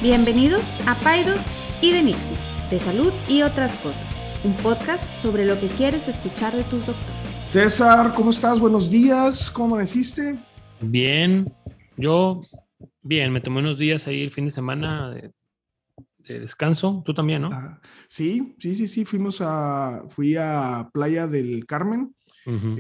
Bienvenidos a Paidos y de Nixie, de salud y otras cosas, un podcast sobre lo que quieres escuchar de tus doctores. César, ¿cómo estás? Buenos días, ¿cómo amaneciste? Bien, yo bien, me tomé unos días ahí el fin de semana de descanso, tú también, ¿no? Sí, fui a Playa del Carmen. Uh-huh.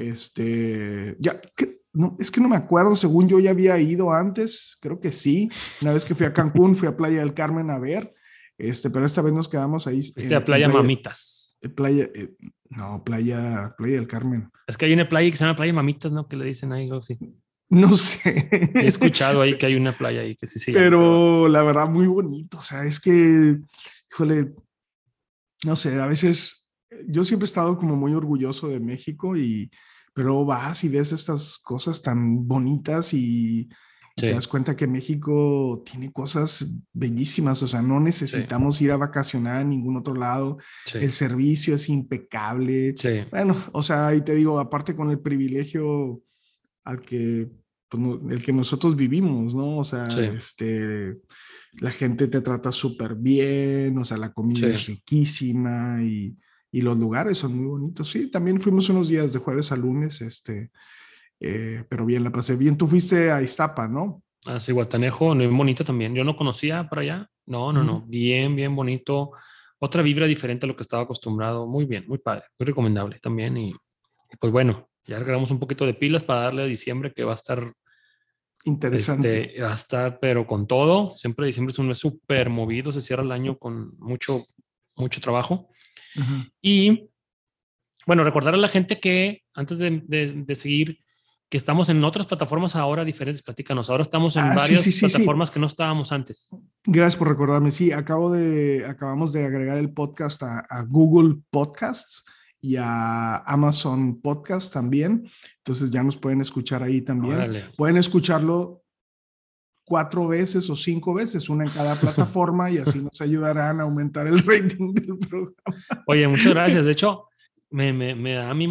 No, es que no me acuerdo, según yo ya había ido antes, creo que sí. Una vez que fui a Cancún, fui a Playa del Carmen a ver, pero esta vez nos quedamos ahí Fuiste a Playa Mamitas. Playa del Carmen. Es que hay una playa que se llama Playa Mamitas, ¿no? Que le dicen ahí algo así. No sé. He escuchado ahí que hay una playa ahí que sí se llama. Pero la verdad, muy bonito. O sea, es que, híjole, no sé, a veces yo siempre he estado como muy orgulloso de México, pero vas y ves estas cosas tan bonitas y Sí. te das cuenta que México tiene cosas bellísimas. O sea, no necesitamos ir a vacacionar a ningún otro lado. Sí. El servicio es impecable. Sí. Bueno, o sea, y te digo, aparte con el privilegio al que, pues, el que nosotros vivimos, ¿no? O sea, Sí. la gente te trata súper bien, o sea, la comida es Sí. riquísima y los lugares son muy bonitos. Sí, también fuimos unos días de jueves a lunes, pero bien, la pasé bien. Tú fuiste a Iztapa, ¿no? Sí, Guatanejo, muy bonito también. Yo no conocía para allá. No. Bien, bien bonito. Otra vibra diferente a lo que estaba acostumbrado. Muy bien, muy padre, muy recomendable también. Y pues bueno, ya agregamos un poquito de pilas para darle a diciembre que va a estar Interesante. va a estar, pero con todo. Siempre diciembre es un mes súper movido, se cierra el año con mucho trabajo. Ajá. Y bueno, recordar a la gente que antes de seguir, que estamos en otras plataformas ahora diferentes, platícanos. Ahora estamos en varias Sí. plataformas que no estábamos antes. Gracias por recordarme. Sí, acabamos de agregar el podcast a Google Podcasts y a Amazon Podcast también. Entonces ya nos pueden escuchar ahí también. Órale. Pueden escucharlo 4 veces o 5 veces, una en cada plataforma, y así nos ayudarán a aumentar el rating del programa. Oye, muchas gracias. De hecho, me da a mí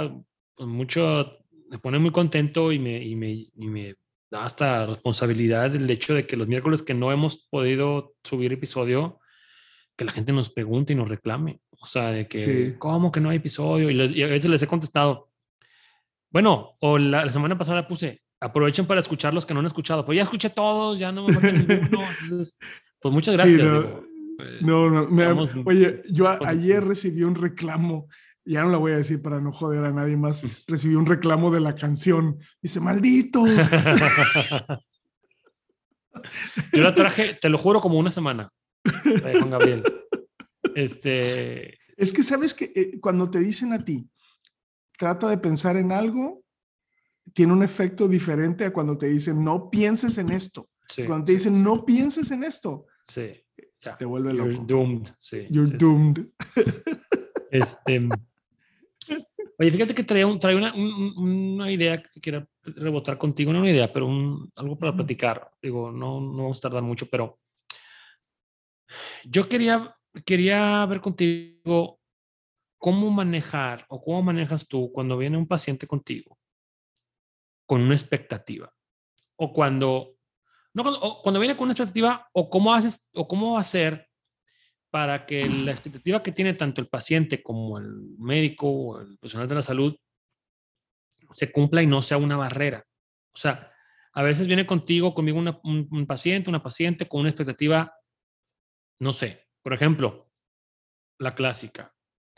me pone muy contento y me da hasta responsabilidad el hecho de que los miércoles que no hemos podido subir episodio, que la gente nos pregunte y nos reclame. O sea, de que, Sí. ¿cómo que no hay episodio? Y a veces les he contestado, bueno, o la semana pasada puse, aprovechen para escuchar los que no han escuchado, pues ya escuché todos, ya no me falta ninguno. Entonces, pues muchas Sí, gracias, no, digo. Estamos oye, yo ayer contentos. recibí un reclamo, ya no la voy a decir para no joder a nadie más, recibí un reclamo de la canción, dice, maldito. Yo la traje, te lo juro, como una semana, la de Juan Gabriel. Es que sabes que cuando te dicen a ti, trata de pensar en algo, tiene un efecto diferente a cuando te dicen, no pienses en esto. Sí, Cuando te dicen, no pienses en esto, sí, ya. te vuelve You're loco. doomed, sí. You're doomed. Oye, fíjate que traía una idea que quiero rebotar contigo, no una idea, pero algo para platicar. Digo, no vamos a tardar mucho, pero yo quería ver contigo cómo manejar o cómo manejas tú cuando viene un paciente contigo con una expectativa o cuando, no, o cuando viene con una expectativa o cómo haces o cómo hacer para que la expectativa que tiene tanto el paciente como el médico o el profesional de la salud se cumpla y no sea una barrera. O sea, a veces viene conmigo un paciente, una paciente con una expectativa, no sé, por ejemplo, la clásica,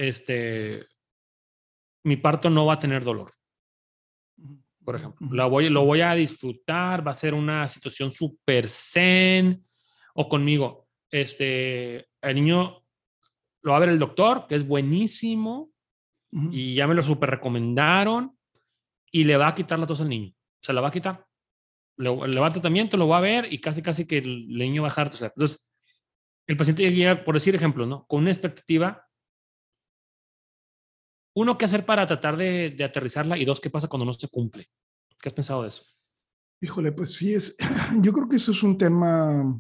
mi parto no va a tener dolor, por ejemplo. Lo voy a disfrutar, va a ser una situación súper zen, o conmigo, el niño lo va a ver el doctor, que es buenísimo, y ya me lo súper recomendaron, y le va a quitar la tos al niño. Se la va a quitar. Le va al tratamiento, lo va a ver, y casi que el niño va a dejar de toser. Entonces, el paciente llega, por decir ejemplo, ¿no? Con una expectativa. Uno, ¿qué hacer para tratar de aterrizarla? Y dos, ¿qué pasa cuando no se cumple? ¿Qué has pensado de eso? Híjole, pues sí, yo creo que eso es un tema,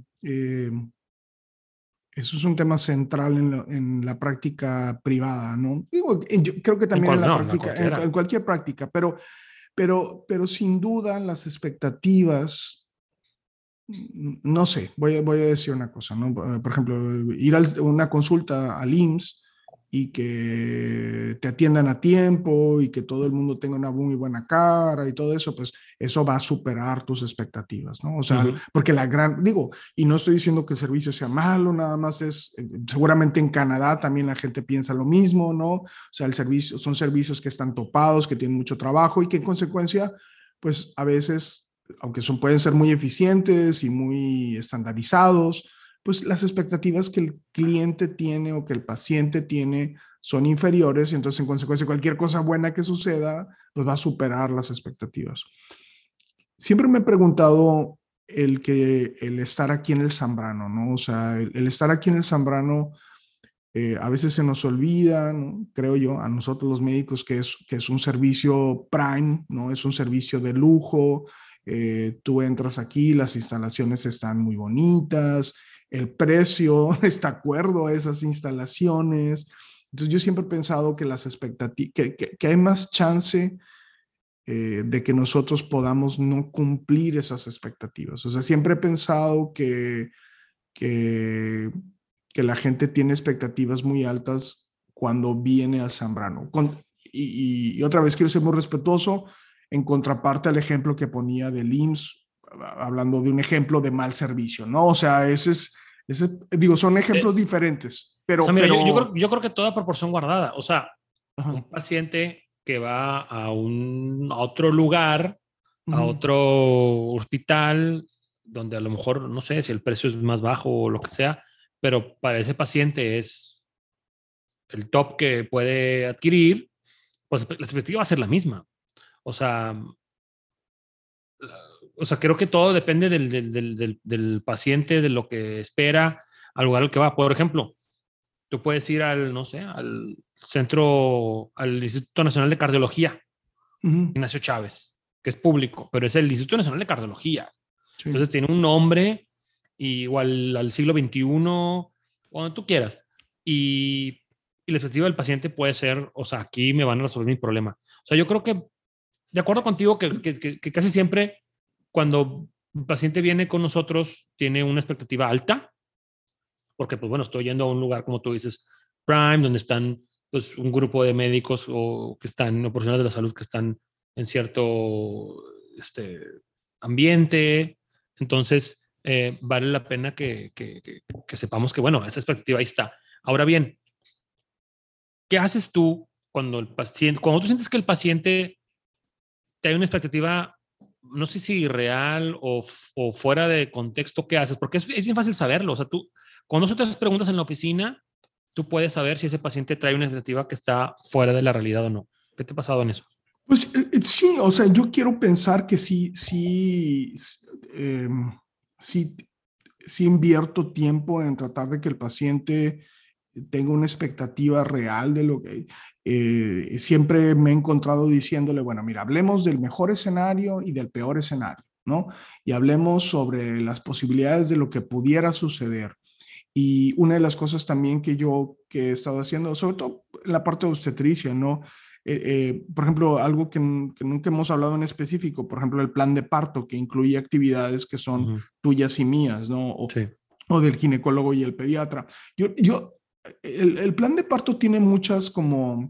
central en la práctica privada, ¿no? Digo, yo creo que también en la No, en práctica, en cualquiera. cualquier práctica, pero sin duda las expectativas no sé, voy a decir una cosa, ¿no? Por ejemplo, ir a una consulta al IMSS y que te atiendan a tiempo y que todo el mundo tenga una muy buena cara y todo eso, pues eso va a superar tus expectativas, ¿no? O sea, porque digo, y no estoy diciendo que el servicio sea malo, nada más seguramente en Canadá también la gente piensa lo mismo, ¿no? O sea, son servicios que están topados, que tienen mucho trabajo y que en consecuencia, pues a veces aunque pueden ser muy eficientes y muy estandarizados, pues las expectativas que el cliente tiene o que el paciente tiene son inferiores y entonces en consecuencia cualquier cosa buena que suceda pues va a superar las expectativas. Siempre me he preguntado el estar aquí en el Zambrano, ¿no? O sea, el estar aquí en el Zambrano a veces se nos olvida, ¿no? Creo yo, a nosotros los médicos, que es un servicio prime, ¿no? Es un servicio de lujo. Tú entras aquí, las instalaciones están muy bonitas, el precio está de acuerdo a esas instalaciones. Entonces yo siempre he pensado que las expectativas, que hay más chance de que nosotros podamos no cumplir esas expectativas. O sea, siempre he pensado que, que la gente tiene expectativas muy altas cuando viene a Zambrano. Y otra vez quiero ser muy respetuoso en contraparte al ejemplo que ponía del IMSS, hablando de un ejemplo de mal servicio, ¿no? O sea, digo, son ejemplos diferentes, pero... O sea, mira, pero yo creo que toda proporción guardada. O sea, ajá, un paciente que va a otro lugar, a uh-huh, otro hospital, donde a lo mejor, no sé si el precio es más bajo o lo que sea, pero para ese paciente es el top que puede adquirir, pues la expectativa va a ser la misma. O sea, creo que todo depende del paciente, de lo que espera, al lugar al que va. Por ejemplo, tú puedes ir no sé, al Instituto Nacional de Cardiología, uh-huh, Ignacio Chávez, que es público, pero es el Instituto Nacional de Cardiología. sí. Entonces tiene un nombre igual al siglo XXI, cuando tú quieras. Y, y la expectativa del paciente puede ser, o sea, aquí me van a resolver mi problema. O sea, yo creo que, de acuerdo contigo, que casi siempre cuando un paciente viene con nosotros tiene una expectativa alta, porque pues bueno, estoy yendo a un lugar, como tú dices, Prime, donde están pues un grupo de médicos o que están, o profesionales de la salud que están en cierto ambiente. Entonces, vale la pena que sepamos que, bueno, esa expectativa ahí está. Ahora bien, ¿qué haces tú cuando tú sientes que el paciente te hay una expectativa, no sé si real o fuera de contexto, ¿qué haces? Porque es bien fácil saberlo. O sea, cuando nosotros preguntas en la oficina, tú puedes saber si ese paciente trae una expectativa que está fuera de la realidad o no. ¿Qué te ha pasado en eso? Pues sí, o sea, yo quiero pensar que eh, sí, sí invierto tiempo en tratar de que el paciente tenga una expectativa real de lo que siempre me he encontrado diciéndole, bueno, mira, hablemos del mejor escenario y del peor escenario, ¿no? Y hablemos sobre las posibilidades de lo que pudiera suceder. Y una de las cosas también que he estado haciendo, sobre todo en la parte de obstetricia, ¿no? Por ejemplo, algo que nunca hemos hablado en específico, por ejemplo, el plan de parto, que incluye actividades que son Ujú. tuyas y mías, ¿no? Sí, O del ginecólogo y el pediatra. El plan de parto tiene muchas como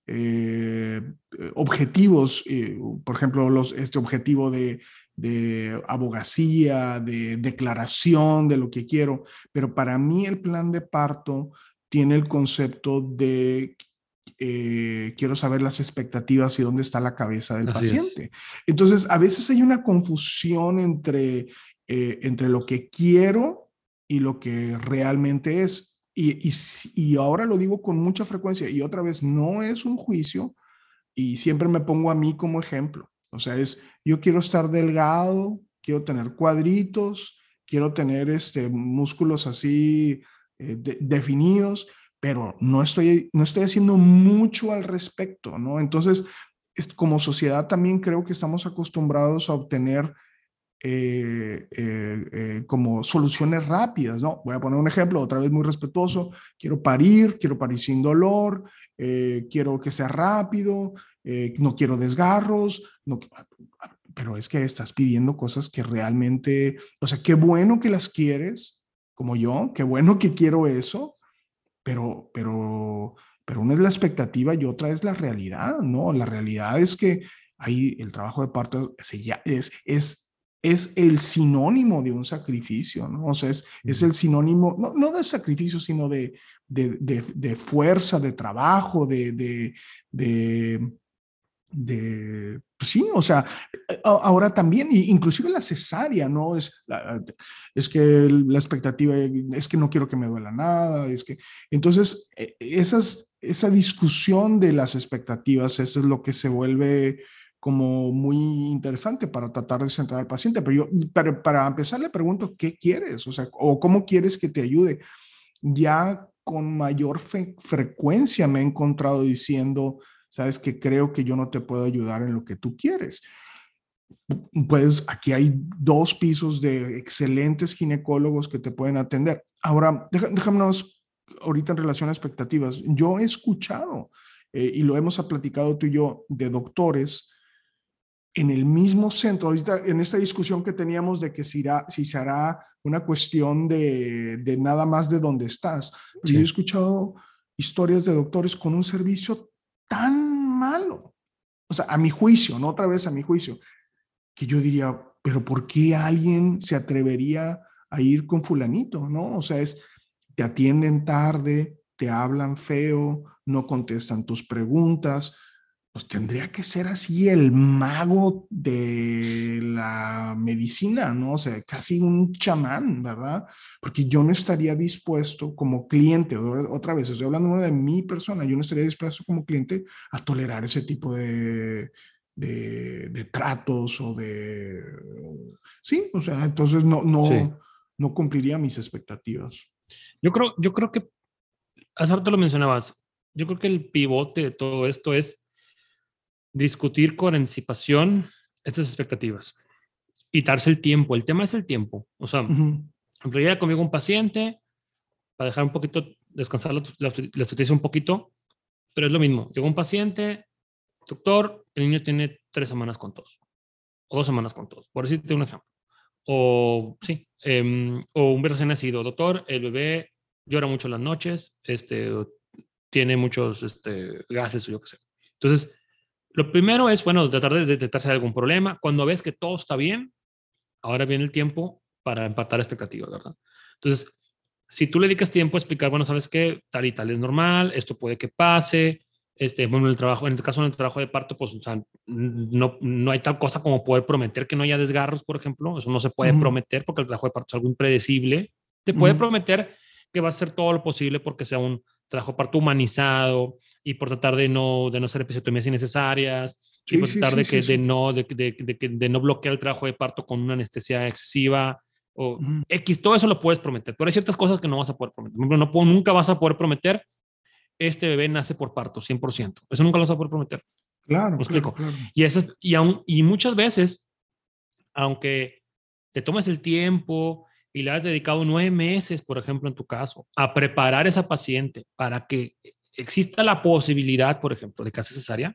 objetivos, por ejemplo, este objetivo de abogacía, de declaración de lo que quiero, pero para mí el plan de parto tiene el concepto de quiero saber las expectativas y dónde está la cabeza del así es. paciente. Entonces, a veces hay una confusión entre lo que quiero y lo que realmente es. Y ahora lo digo con mucha frecuencia y otra vez no es un juicio y siempre me pongo a mí como ejemplo. O sea, yo quiero estar delgado, quiero tener cuadritos, quiero tener músculos así definidos, pero no estoy haciendo mucho al respecto, ¿no? Entonces, como sociedad también creo que estamos acostumbrados a obtener como soluciones rápidas, ¿no? Voy a poner un ejemplo, otra vez muy respetuoso, quiero parir sin dolor, quiero que sea rápido, no quiero desgarros, no, pero es que estás pidiendo cosas que realmente, o sea, qué bueno que las quieres, como yo, qué bueno que quiero eso, pero una es la expectativa y otra es la realidad, ¿no? La realidad es que ahí el trabajo de parto es el sinónimo de un sacrificio, ¿no? O sea, es el sinónimo, no de sacrificio, sino de fuerza, de trabajo, pues sí, o sea, ahora también, inclusive la cesárea, ¿no? Es que la expectativa es que no quiero que me duela nada, es que, entonces, esa discusión de las expectativas, eso es lo que se vuelve como muy interesante para tratar de centrar al paciente, pero para empezar le pregunto, ¿qué quieres? O sea, o cómo quieres que te ayude. Ya con mayor frecuencia me he encontrado diciendo, sabes que creo que yo no te puedo ayudar en lo que tú quieres. Pues aquí hay 2 pisos de excelentes ginecólogos que te pueden atender. Ahora, déjanos ahorita en relación a expectativas. Yo he escuchado, y lo hemos platicado tú y yo, de doctores en el mismo centro, ahorita en esta discusión que teníamos de que si se hará una cuestión de nada más de dónde estás. Pero sí. Yo he escuchado historias de doctores con un servicio tan malo, o sea, a mi juicio, no otra vez a mi juicio, que yo diría, pero ¿por qué alguien se atrevería a ir con fulanito? ¿No? O sea, te atienden tarde, te hablan feo, no contestan tus preguntas. Pues tendría que ser así el mago de la medicina, ¿no? O sea, casi un chamán, ¿verdad? Porque yo no estaría dispuesto como cliente, otra vez, estoy hablando de mi persona, yo no estaría dispuesto como cliente a tolerar ese tipo de tratos sí, o sea, entonces Sí. no cumpliría mis expectativas. Yo creo que, hace rato lo mencionabas, yo creo que el pivote de todo esto es discutir con anticipación estas expectativas y darse el tiempo. El tema es el tiempo. O sea, llega conmigo un paciente para dejar un poquito, descansar la estrategia un poquito, pero es lo mismo. Llegó un paciente, doctor, el niño tiene 3 semanas con tos o 2 semanas con tos, por decirte un ejemplo. O sí, o un recién nacido, doctor, el bebé llora mucho en las noches, tiene muchos gases o yo qué sé. Entonces, lo primero es, bueno, tratar de detectarse algún problema. Cuando ves que todo está bien, ahora viene el tiempo para empatar expectativas, ¿verdad? Entonces, si tú le dedicas tiempo a explicar, bueno, sabes que tal y tal es normal, esto puede que pase, bueno, en el caso del trabajo de parto, pues, o sea, no hay tal cosa como poder prometer que no haya desgarros, por ejemplo, eso no se puede prometer porque el trabajo de parto es algo impredecible. Te puede prometer que va a hacer todo lo posible porque sea un trabajo de parto humanizado y por tratar de no hacer episiotomías innecesarias y por tratar de no bloquear el trabajo de parto con una anestesia excesiva o X, todo eso lo puedes prometer, pero hay ciertas cosas que no vas a poder prometer. Por ejemplo, nunca vas a poder prometer este bebé nace por parto, 100%. Eso nunca lo vas a poder prometer. Claro, ¿Me explico? Claro. Y muchas veces, aunque te tomes el tiempo y le has dedicado 9 meses, por ejemplo, en tu caso, a preparar a esa paciente para que exista la posibilidad, por ejemplo, de que hace cesárea,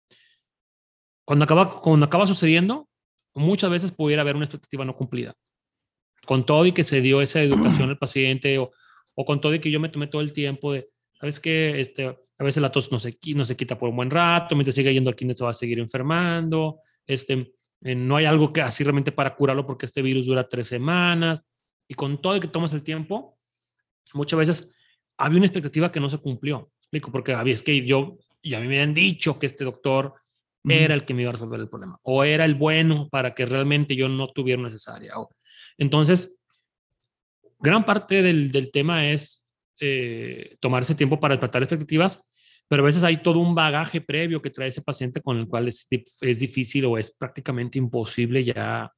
cuando acaba sucediendo, muchas veces pudiera haber una expectativa no cumplida. Con todo y que se dio esa educación al paciente o con todo y que yo me tomé todo el tiempo de, ¿sabes qué? A veces la tos no se quita por un buen rato, mientras sigue yendo al kinder se va a seguir enfermando, no hay algo que así realmente para curarlo porque este virus dura 3 semanas y con todo y que tomas el tiempo, muchas veces había una expectativa que no se cumplió. Explico, porque es que y a mí me han dicho que este doctor era el que me iba a resolver el problema o era el bueno para que realmente yo no tuviera una cesárea. Entonces, gran parte del tema es tomarse tiempo para despertar expectativas, pero a veces hay todo un bagaje previo que trae ese paciente con el cual es difícil o es prácticamente imposible ya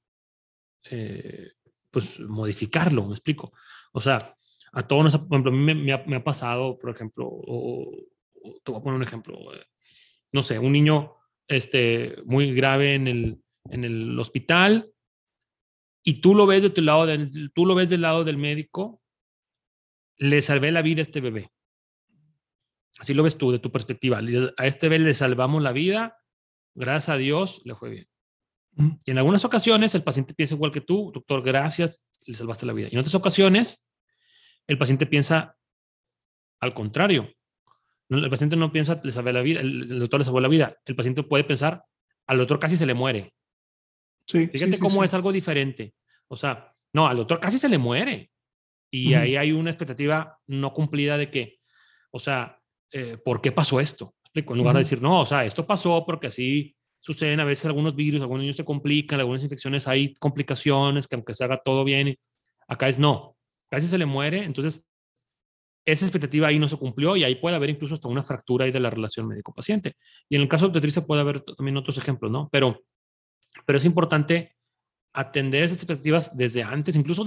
pues modificarlo, me explico. O sea, a todos nos, por ejemplo, a mí me ha pasado, por ejemplo, te voy a poner un ejemplo, no sé, un niño muy grave en el hospital y tú lo ves de tu lado, tú lo ves del lado del médico, le salvé la vida a este bebé. Así lo ves tú, de tu perspectiva. A este bebé le salvamos la vida, gracias a Dios le fue bien. Y en algunas ocasiones el paciente piensa igual que tú, doctor, gracias, le salvaste la vida. Y en otras ocasiones el paciente piensa al contrario. El paciente no piensa, le salvé la vida, el doctor le salvó la vida. El paciente puede pensar, al doctor casi se le muere. Sí, Fíjate cómo es algo diferente. O sea, no, al doctor casi se le muere. Y ahí hay una expectativa no cumplida de que, o sea, ¿por qué pasó esto? En lugar de decir, no, o sea, esto pasó porque así suceden a veces algunos virus, algunos niños se complican, algunas infecciones hay complicaciones, que aunque se haga todo bien, acá es no, casi se le muere, entonces esa expectativa ahí no se cumplió y ahí puede haber incluso hasta una fractura ahí de la relación médico-paciente. Y en el caso de obstetricia puede haber también otros ejemplos, ¿no? Pero es importante atender esas expectativas desde antes, incluso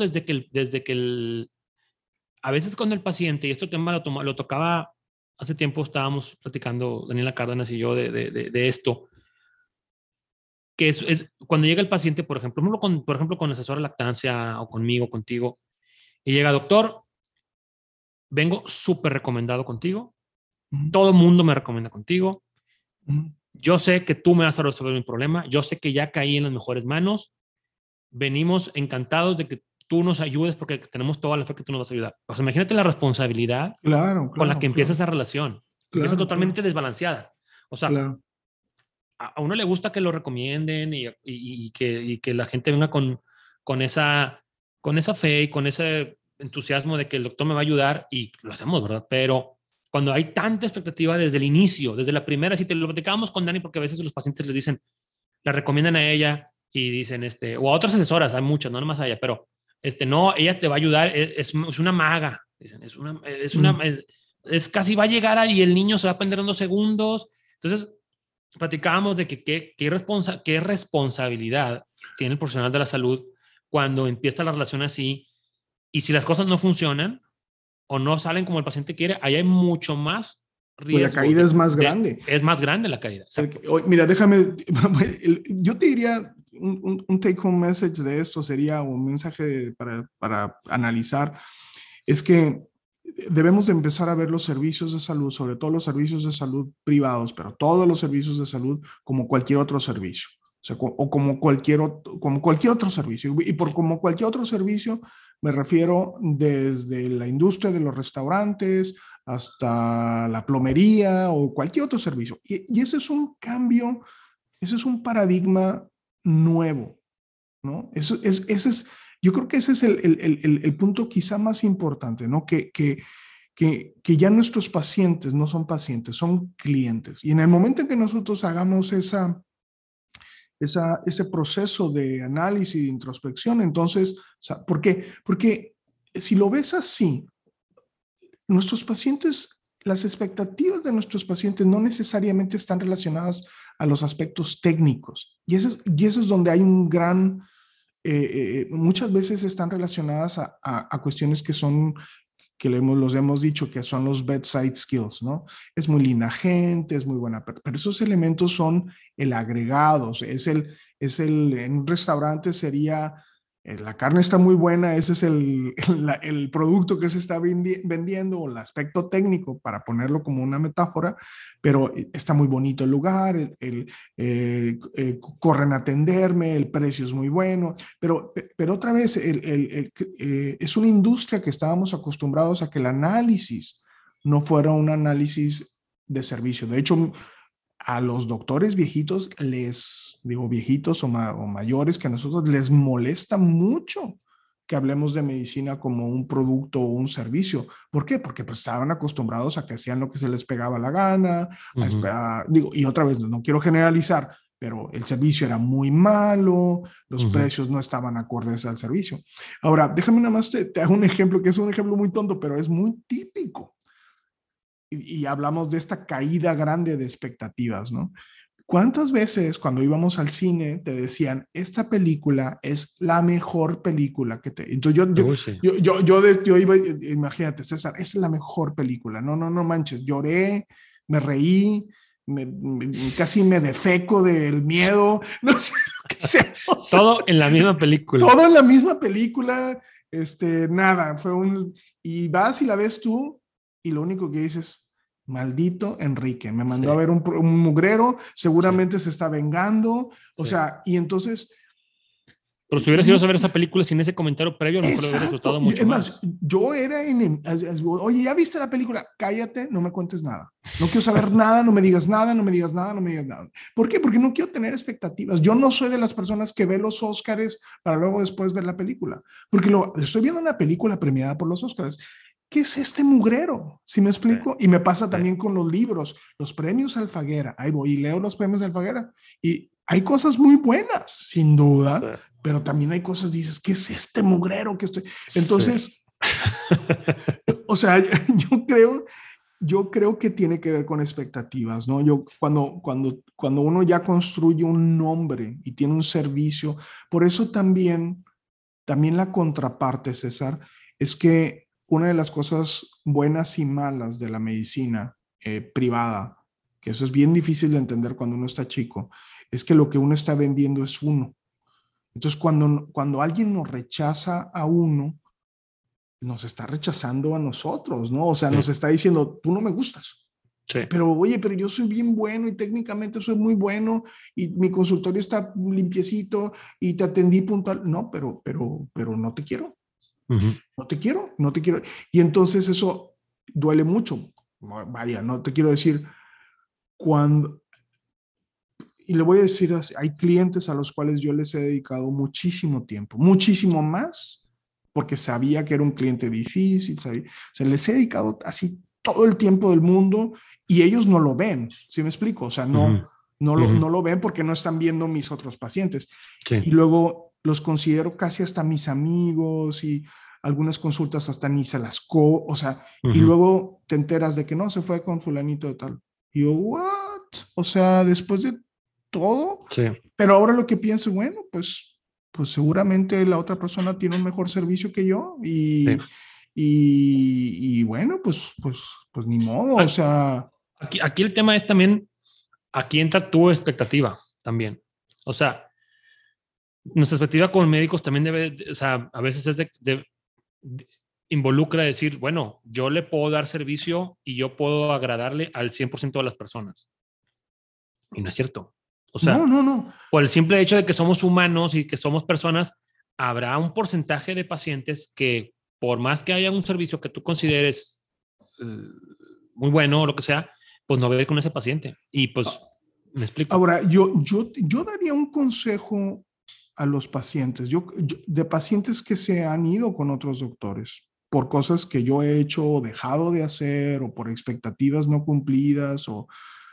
a veces con el paciente, y este tema lo tocaba hace tiempo, estábamos platicando Daniela Cárdenas y yo de esto, que es cuando llega el paciente, por ejemplo, con el asesor de lactancia o conmigo, contigo, y llega, doctor, vengo súper recomendado contigo, todo el mundo me recomienda contigo, yo sé que tú me vas a resolver mi problema, yo sé que ya caí en las mejores manos, venimos encantados de que tú nos ayudes porque tenemos toda la fe que tú nos vas a ayudar. O sea, imagínate la responsabilidad con la que empieza esa relación. Empieza totalmente desbalanceada. O sea, a uno le gusta que lo recomienden y que la gente venga con esa fe y con ese entusiasmo de que el doctor me va a ayudar y lo hacemos, ¿verdad? Pero cuando hay tanta expectativa desde el inicio, desde la primera, si te lo platicábamos con Dani, porque a veces los pacientes les dicen, la recomiendan a ella y dicen, o a otras asesoras, hay muchas, no nomás a ella, pero, no, ella te va a ayudar, es una maga, dicen, es casi va a llegar ahí y el niño se va a aprender en 2 segundos. Entonces, platicábamos de que qué responsabilidad tiene el profesional de la salud cuando empieza la relación así, y si las cosas no funcionan o no salen como el paciente quiere, ahí hay mucho más riesgo. Pues la caída es más grande. Es más grande la caída. Mira, déjame, yo te diría, un take home message de esto sería un mensaje para analizar, es que debemos de empezar a ver los servicios de salud, sobre todo los servicios de salud privados, pero todos los servicios de salud como cualquier otro servicio. O sea, o como cualquier otro servicio. Y como cualquier otro servicio, me refiero desde la industria de los restaurantes hasta la plomería o cualquier otro servicio. Y ese es un cambio, ese es un paradigma nuevo, ¿no? Yo creo que ese es el punto quizá más importante, ¿no? Que ya nuestros pacientes no son pacientes, son clientes. Y en el momento en que nosotros hagamos ese proceso de análisis, de introspección, entonces, ¿por qué? Porque si lo ves así, nuestros pacientes, las expectativas de nuestros pacientes no necesariamente están relacionadas a los aspectos técnicos. Y eso es donde hay un gran, muchas veces están relacionadas a cuestiones que los hemos dicho que son los bedside skills, ¿no? Es muy linda gente, es muy buena, pero esos elementos son el agregado, en un restaurante sería, la carne está muy buena, ese es el producto que se está vendiendo, o el aspecto técnico, para ponerlo como una metáfora, pero está muy bonito el lugar, corren a atenderme, el precio es muy bueno, pero otra vez, es una industria que estábamos acostumbrados a que el análisis no fuera un análisis de servicio. De hecho, a los doctores viejitos viejitos o mayores que a nosotros, les molesta mucho que hablemos de medicina como un producto o un servicio. ¿Por qué? Porque pues estaban acostumbrados a que hacían lo que se les pegaba la gana. Y otra vez, no quiero generalizar, pero el servicio era muy malo, los precios no estaban acordes al servicio. Ahora, déjame nada más te hago un ejemplo, que es un ejemplo muy tonto, pero es muy típico. Y hablamos de esta caída grande de expectativas, ¿no? ¿Cuántas veces cuando íbamos al cine te decían, esta película es la mejor película que te... Entonces yo iba, imagínate, César, esa es la mejor película. No manches, lloré, me reí, casi me defeco del miedo, no sé lo que sea. Todo en la misma película. Todo en la misma película, nada, y vas y la ves tú y lo único que dices, Maldito Enrique, me mandó a ver un mugrero, seguramente se está vengando, o sea, y entonces... Pero si hubieras ido a ver esa película sin ese comentario previo, a lo mejor lo hubieras disfrutado mucho más. Yo era oye, ¿ya viste la película? Cállate, no me cuentes nada. No quiero saber nada, no me digas nada, no me digas nada, no me digas nada. ¿Por qué? Porque no quiero tener expectativas. Yo no soy de las personas que ve los Óscares para luego después ver la película. Porque estoy viendo una película premiada por los Óscares. ¿Qué es este mugrero? ¿Sí me explico? Y me pasa también con los libros, los premios Alfaguera. Ahí voy y leo los premios Alfaguera. Y hay cosas muy buenas, sin duda, pero también hay cosas, dices, ¿qué es este mugrero que estoy? Entonces, o sea, yo creo que tiene que ver con expectativas, ¿no? Cuando uno ya construye un nombre y tiene un servicio, por eso también la contraparte, César, es que una de las cosas buenas y malas de la medicina privada, que eso es bien difícil de entender cuando uno está chico, es que lo que uno está vendiendo es uno. Entonces, cuando alguien nos rechaza a uno, nos está rechazando a nosotros, ¿no? O sea, nos está diciendo, tú no me gustas. Sí. Pero, oye, pero yo soy bien bueno y técnicamente soy muy bueno y mi consultorio está limpiecito y te atendí puntual. No, pero no te quiero. No te quiero. Y entonces eso duele mucho. Vaya, no te quiero decir y le voy a decir así, hay clientes a los cuales yo les he dedicado muchísimo tiempo, muchísimo más, porque sabía que era un cliente difícil, ¿sabía? O sea, les he dedicado así todo el tiempo del mundo y ellos no lo ven, ¿sí me explico? O sea, no lo ven porque no están viendo mis otros pacientes. Sí. Y luego los considero casi hasta mis amigos y algunas consultas hasta ni se las o sea, y luego te enteras de que no, se fue con fulanito de tal. Y yo, ¿what? O sea, después de todo, sí. Pero ahora lo que pienso, bueno, pues seguramente la otra persona tiene un mejor servicio que yo y bueno, pues ni modo, o sea. Aquí el tema es también, aquí entra tu expectativa también, o sea, nuestra expectativa como médicos también debe, o sea, a veces es involucra decir, bueno, yo le puedo dar servicio y yo puedo agradarle al 100% de las personas. Y no es cierto. O sea, no. Por el simple hecho de que somos humanos y que somos personas, habrá un porcentaje de pacientes que, por más que haya un servicio que tú consideres muy bueno o lo que sea, pues no va a ir con ese paciente. Y pues, me explico. Ahora, yo daría un consejo a los pacientes, de pacientes que se han ido con otros doctores por cosas que yo he hecho o dejado de hacer o por expectativas no cumplidas o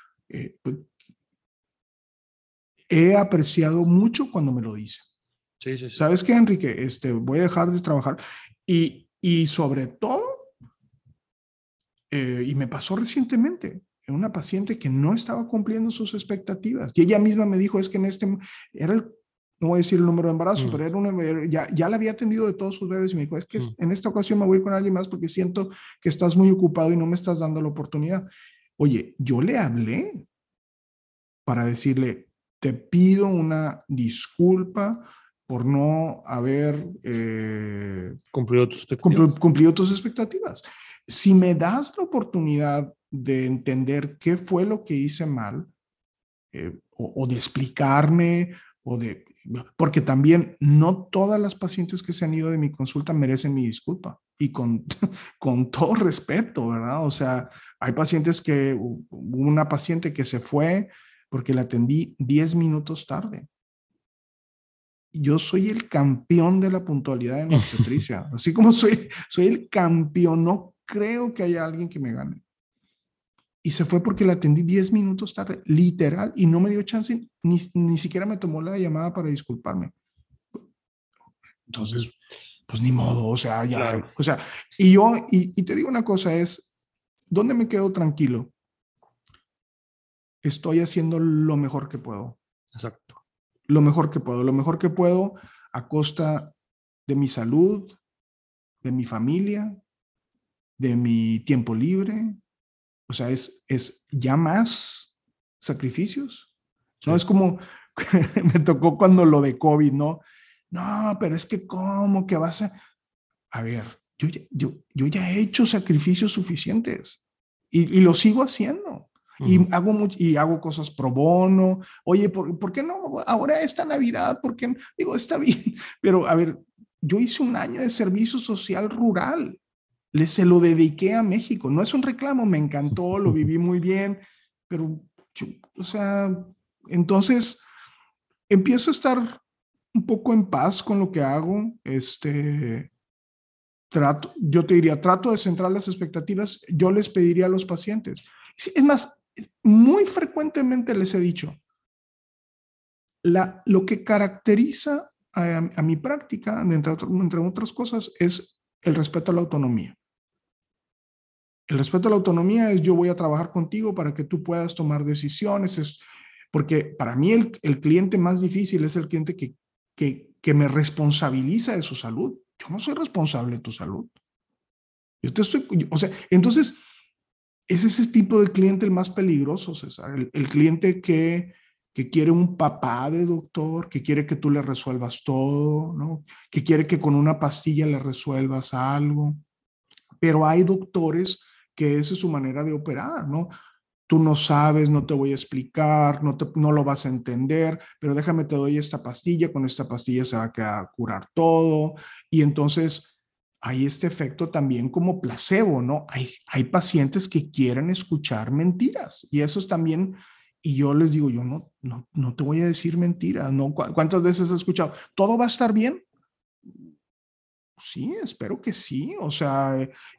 he apreciado mucho cuando me lo dicen. Sí. ¿Sabes qué, Enrique? Voy a dejar de trabajar. Y sobre todo, y me pasó recientemente, una paciente que no estaba cumpliendo sus expectativas. Y ella misma me dijo, es que no voy a decir el número de embarazo, pero ya la había atendido de todos sus bebés y me dijo, es que en esta ocasión me voy con alguien más porque siento que estás muy ocupado y no me estás dando la oportunidad. Oye, yo le hablé para decirle, te pido una disculpa por no haber cumplido tus expectativas. Si me das la oportunidad de entender qué fue lo que hice mal, o de explicarme, porque también no todas las pacientes que se han ido de mi consulta merecen mi disculpa. Y con todo respeto, ¿verdad? O sea, hay pacientes una paciente que se fue porque la atendí 10 minutos tarde. Yo soy el campeón de la puntualidad en obstetricia. Así como soy el campeón, no creo que haya alguien que me gane. Y se fue porque la atendí 10 minutos tarde, literal, y no me dio chance, ni siquiera me tomó la llamada para disculparme. Entonces, pues ni modo, o sea, ya, claro. O sea, y te digo una cosa es, ¿dónde me quedo tranquilo? Estoy haciendo lo mejor que puedo. Exacto. Lo mejor que puedo a costa de mi salud, de mi familia, de mi tiempo libre. O sea, es ya más sacrificios. Sí. No es como me tocó cuando lo de COVID, ¿no? No, pero es que ¿cómo que vas a ver, yo ya he hecho sacrificios suficientes. y lo sigo haciendo. Ujú. Y hago cosas pro bono. Oye, ¿por qué no? Ahora esta Navidad, ¿por qué no? Digo, está bien, pero a ver, yo hice un año de servicio social rural. Se lo dediqué a México. No es un reclamo, me encantó, lo viví muy bien, pero, o sea, entonces empiezo a estar un poco en paz con lo que hago. Yo te diría, trato de centrar las expectativas. Yo les pediría a los pacientes. Sí, es más, muy frecuentemente les he dicho, lo que caracteriza a mi práctica, entre otras cosas, es el respeto a la autonomía. El respeto a la autonomía es yo voy a trabajar contigo para que tú puedas tomar decisiones. Porque para mí el cliente más difícil es el cliente que me responsabiliza de su salud. Yo no soy responsable de tu salud. O sea, entonces, es ese tipo de cliente el más peligroso, César. El cliente que quiere un papá de doctor, que quiere que tú le resuelvas todo, ¿no? Que quiere que con una pastilla le resuelvas algo. Pero hay doctores que esa es su manera de operar, ¿no? Tú no sabes, no te voy a explicar, no lo vas a entender, pero déjame te doy esta pastilla, con esta pastilla se va a curar todo. Y entonces hay este efecto también como placebo, ¿no? Hay pacientes que quieren escuchar mentiras y eso es también, y yo les digo, yo no te voy a decir mentiras, ¿no? ¿Cuántas veces has escuchado? ¿Todo va a estar bien? Sí, espero que sí. O sea,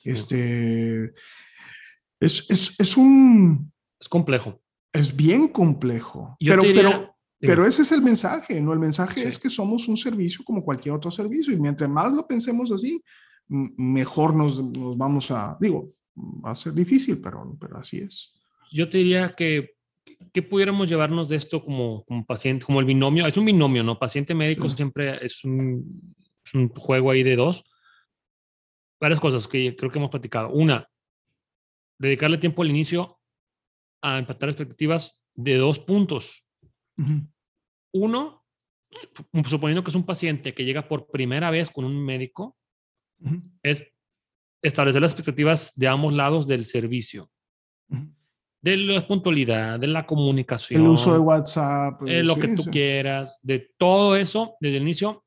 es un, Es complejo. es bien complejo, Yo te diría, pero dime. ese es el mensaje, ¿no? El mensaje es Sí. que somos un servicio como cualquier otro servicio y mientras más lo pensemos así, mejor nos vamos digo, va a ser difícil, pero así es. Yo te diría que pudiéramos llevarnos de esto como paciente, como el binomio. Es un binomio, ¿no? Paciente médico Sí. siempre es un juego ahí de dos. Varias cosas que creo que hemos platicado. Una, dedicarle tiempo al inicio a empatar expectativas de 2 puntos. Ujú. Uno, suponiendo que es un paciente que llega por primera vez con un médico, Ujú. es establecer las expectativas de ambos lados del servicio, Ujú. de la puntualidad, de la El uso de comunicación, WhatsApp, lo que sí, tú sí. quieras, de todo eso desde el inicio,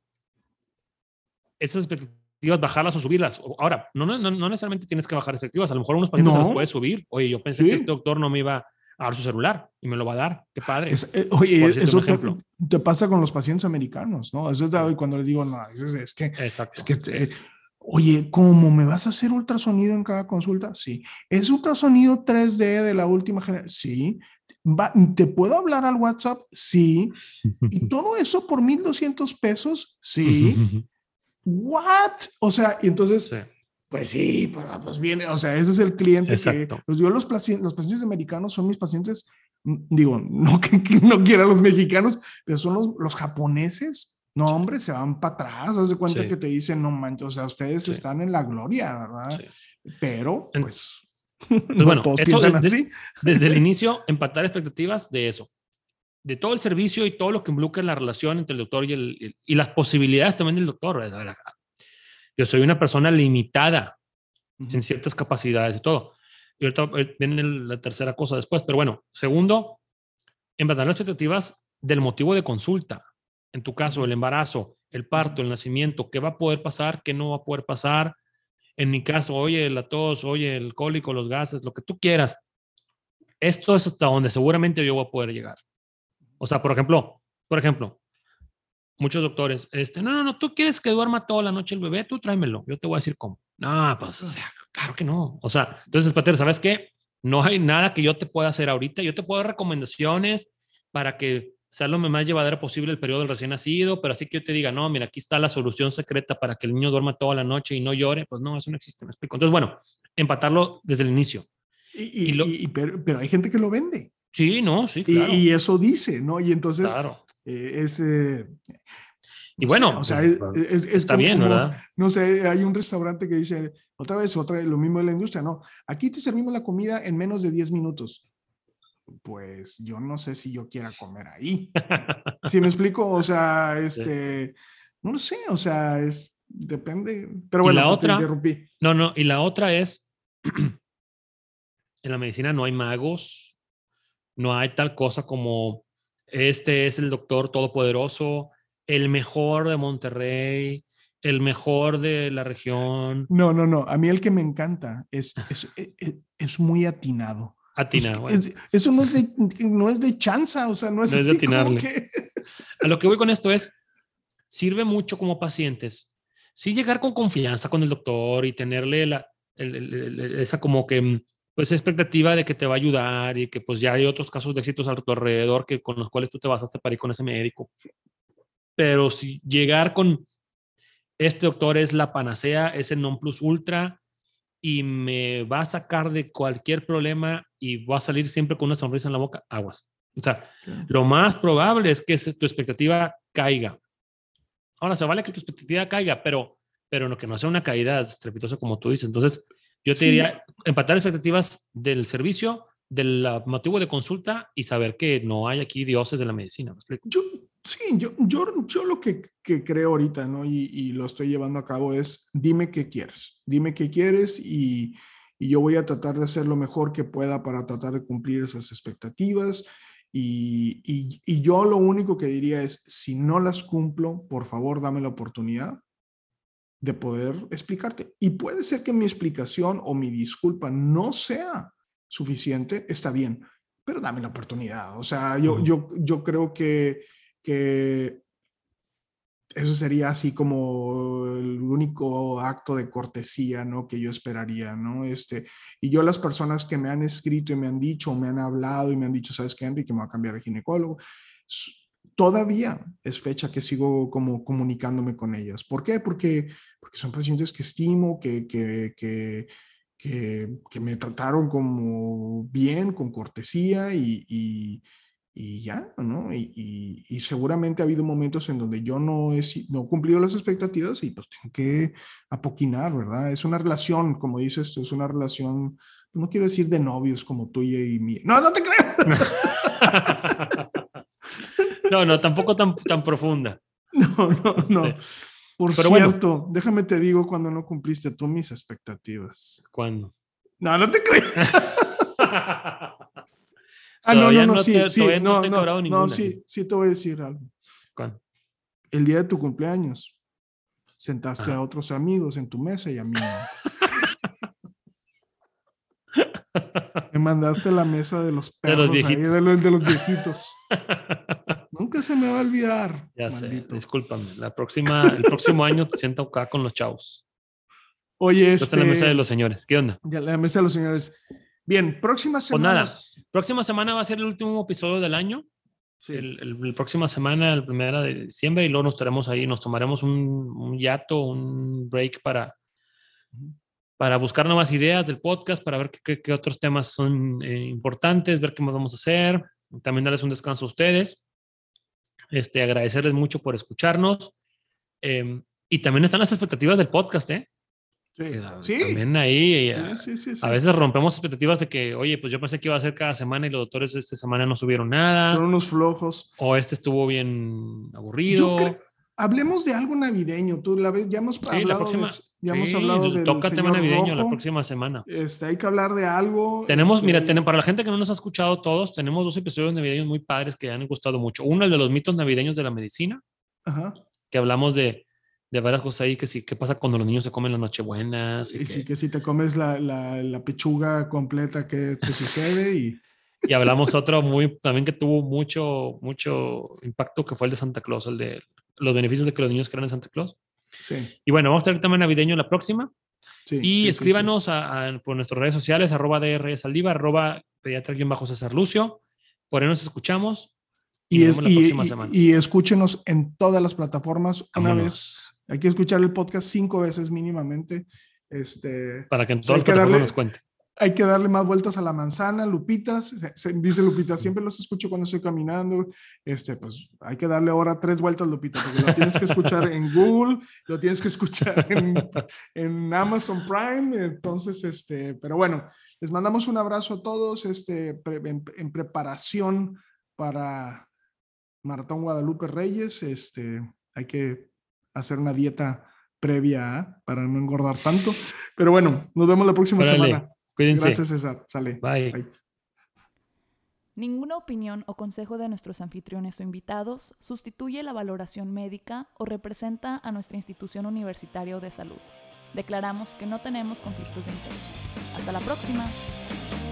esas expectativas bajarlas o subirlas. Ahora, no necesariamente tienes que bajar expectativas, a lo mejor a unos pacientes se las puedes No, subir. Oye, yo pensé que este sí. doctor no me iba a dar su celular y me lo va a dar. Qué padre. Por Oye, decirte un eso ejemplo. te pasa con los pacientes americanos, ¿no? Eso Sí, es cuando les digo, no, es exacto. que, Sí. oye, ¿cómo me vas a hacer ultrasonido en cada consulta? Sí. ¿Es ultrasonido 3D de la última generación? Sí. ¿Te puedo hablar al WhatsApp? Sí. ¿Y todo eso por 1,200 pesos? Sí. ¿What? O sea, y entonces, Sí, pues sí, pues viene, o sea, ese es el cliente exacto. los pacientes americanos son mis pacientes, digo, no que no quiera a los mexicanos, pero son los japoneses. No, Sí, hombre, se van para atrás, haz de cuenta sí, que te dicen, no manches, o sea, ustedes sí, están en la gloria, ¿verdad? sí. Pero, pues, Pues no bueno, todos eso piensan así. desde el inicio, empatar expectativas de eso, de todo el servicio y todo lo que involucra la relación entre el doctor y las posibilidades también del doctor. A ver, yo soy una persona limitada en Ujú. ciertas capacidades y todo. Y ahorita viene la tercera cosa después, pero bueno, segundo, empatar las expectativas del motivo de consulta. En tu caso, Ujú. el embarazo, el Ujú. parto, el nacimiento, qué va a poder pasar, qué no va a poder pasar. En mi caso, oye, la tos, oye, el cólico, los gases, lo que tú quieras. Esto es hasta donde seguramente yo voy a poder llegar. O sea, por ejemplo, muchos doctores, no, tú quieres que duerma toda la noche el bebé, tú tráemelo, yo te voy a decir cómo. No, pues, o sea, claro que no. O sea, entonces, Pater, ¿sabes qué? No hay nada que yo te pueda hacer ahorita. Yo te puedo dar recomendaciones para que sea lo más llevadero posible el periodo del recién nacido, pero así que yo te diga, no, mira, aquí está la solución secreta para que el niño duerma toda la noche y no llore, pues no, eso no existe, me explico. Entonces, bueno, empatarlo desde el inicio. Pero hay gente que lo vende. Sí, no, sí, Y claro, eso dice, ¿no? Y entonces, claro. es, Y no sé, bueno, o sea, pues es está bien, ¿verdad? no sé, hay un restaurante que dice, otra vez, lo mismo de la industria, no, aquí te servimos la comida en menos de 10 minutos. Pues yo no sé si yo quiera comer ahí. ¿Sí me explico? O sea, Sí. no lo sé, o sea, depende, pero Y bueno, la te otra, interrumpí. no, y la otra es en la medicina no hay magos, no hay tal cosa como este es el doctor todopoderoso, el mejor de Monterrey, el mejor de la región. No. A mí el que me encanta es muy atinado. Pues, Atina, bueno. eso no es de chanza, o sea, no es No es de así como atinarle. que... A lo que voy con esto es, sirve mucho como pacientes, sí llegar con confianza con el doctor y tenerle esa como que, pues, expectativa de que te va a ayudar y que pues ya hay otros casos de éxitos a tu alrededor que, con los cuales tú te vas a ir con ese médico. Pero si llegar con, este doctor es la panacea, es el non plus ultra y me va a sacar de cualquier problema y va a salir siempre con una sonrisa en la boca, aguas. O sea, lo más probable es que tu expectativa caiga. Ahora, se vale que tu expectativa caiga, pero no, que no sea una caída estrepitosa como tú dices. Entonces, yo te diría, empatar expectativas del servicio, del motivo de consulta y saber que no hay aquí dioses de la medicina. ¿Me explico? Yo lo que creo ahorita, ¿no? Y lo estoy llevando a cabo es, dime qué quieres y yo voy a tratar de hacer lo mejor que pueda para tratar de cumplir esas expectativas. Y yo lo único que diría es, si no las cumplo, por favor, dame la oportunidad de poder explicarte. Y puede ser que mi explicación o mi disculpa no sea suficiente, está bien, pero dame la oportunidad. O sea, yo creo que eso sería así como el único acto de cortesía, ¿no? Que yo esperaría, ¿no? Y yo las personas que me han escrito y me han dicho, o me han hablado y me han dicho, ¿sabes qué, Enrique? Me voy a cambiar de ginecólogo. Todavía es fecha que sigo como comunicándome con ellas. ¿Por qué? Porque son pacientes que estimo, que me trataron como bien, con cortesía y ya, ¿no? Y seguramente ha habido momentos en donde yo no he cumplido las expectativas y pues tengo que apoquinar, ¿verdad? Es una relación, como dices, es una relación, no quiero decir de novios como tuya y mía. No, no te creas. No, tampoco tan profunda. No. Por Pero cierto, bueno, déjame te digo cuando no cumpliste tú mis expectativas. ¿cuándo? No te creas. Todavía no sí, te he cobrado ninguna. Sí te voy a decir algo. ¿Cuándo? El día de tu cumpleaños, sentaste Ajá. a otros amigos en tu mesa y a mí no. Me mandaste la mesa de los perros, De los viejitos. Ahí, de los viejitos. Nunca se me va a olvidar. Ya maldito. sé, discúlpame. El próximo año te siento acá con los chavos. Oye, Está en la mesa de los señores. ¿Qué onda? Ya, la mesa de los señores. Bien, próximas semanas. Pues nada, próxima semana va a ser el último episodio del año. Sí. El próxima semana, el 1 de diciembre, y luego nos estaremos ahí, nos tomaremos un hiato, un break para buscar nuevas ideas del podcast, para ver qué otros temas son importantes, ver qué más vamos a hacer, también darles un descanso a ustedes, agradecerles mucho por escucharnos, y también están las expectativas del podcast, Sí. También ahí sí. A veces rompemos expectativas de que, oye, pues yo pensé que iba a ser cada semana y los doctores esta semana no subieron nada. Son unos flojos. O estuvo bien aburrido. Hablemos de algo navideño. Tú la ves, ya hemos hablado del toca tema navideño rojo. La próxima semana. Hay que hablar de algo. Para la gente que no nos ha escuchado todos, tenemos 2 episodios navideños muy padres que han gustado mucho. Uno, el de los mitos navideños de la medicina. Ajá. Que hablamos de varias cosas ahí, que sí, qué pasa cuando los niños se comen las nochebuenas. Que si te comes la pechuga completa, ¿qué te sucede? Y hablamos otro también que tuvo mucho impacto, que fue el de Santa Claus, el de los beneficios de que los niños crean en Santa Claus. Sí. Y bueno, vamos a tener tema navideño la próxima. Sí, y escríbanos por nuestras redes sociales, @DRSaldívar, @pediatra_César Lucio. Por ahí nos escuchamos. Y nos vemos la próxima semana. Y escúchenos en todas las plataformas. Vámonos. Una vez. Hay que escuchar el podcast 5 veces mínimamente. Para que en todas las plataformas nos cuente. Hay que darle más vueltas a la manzana, Lupitas. Dice Lupita, siempre los escucho cuando estoy caminando. Pues hay que darle ahora 3 vueltas, Lupita, porque lo tienes que escuchar en Google, lo tienes que escuchar en Amazon Prime. Entonces, pero bueno, les mandamos un abrazo a todos en preparación para Maratón Guadalupe Reyes. Hay que hacer una dieta previa para no engordar tanto. Pero bueno, nos vemos la próxima semana. Cuídense. Gracias, César. Sale. Bye. Bye. Ninguna opinión o consejo de nuestros anfitriones o invitados sustituye la valoración médica o representa a nuestra institución universitaria o de salud. Declaramos que no tenemos conflictos de interés. Hasta la próxima.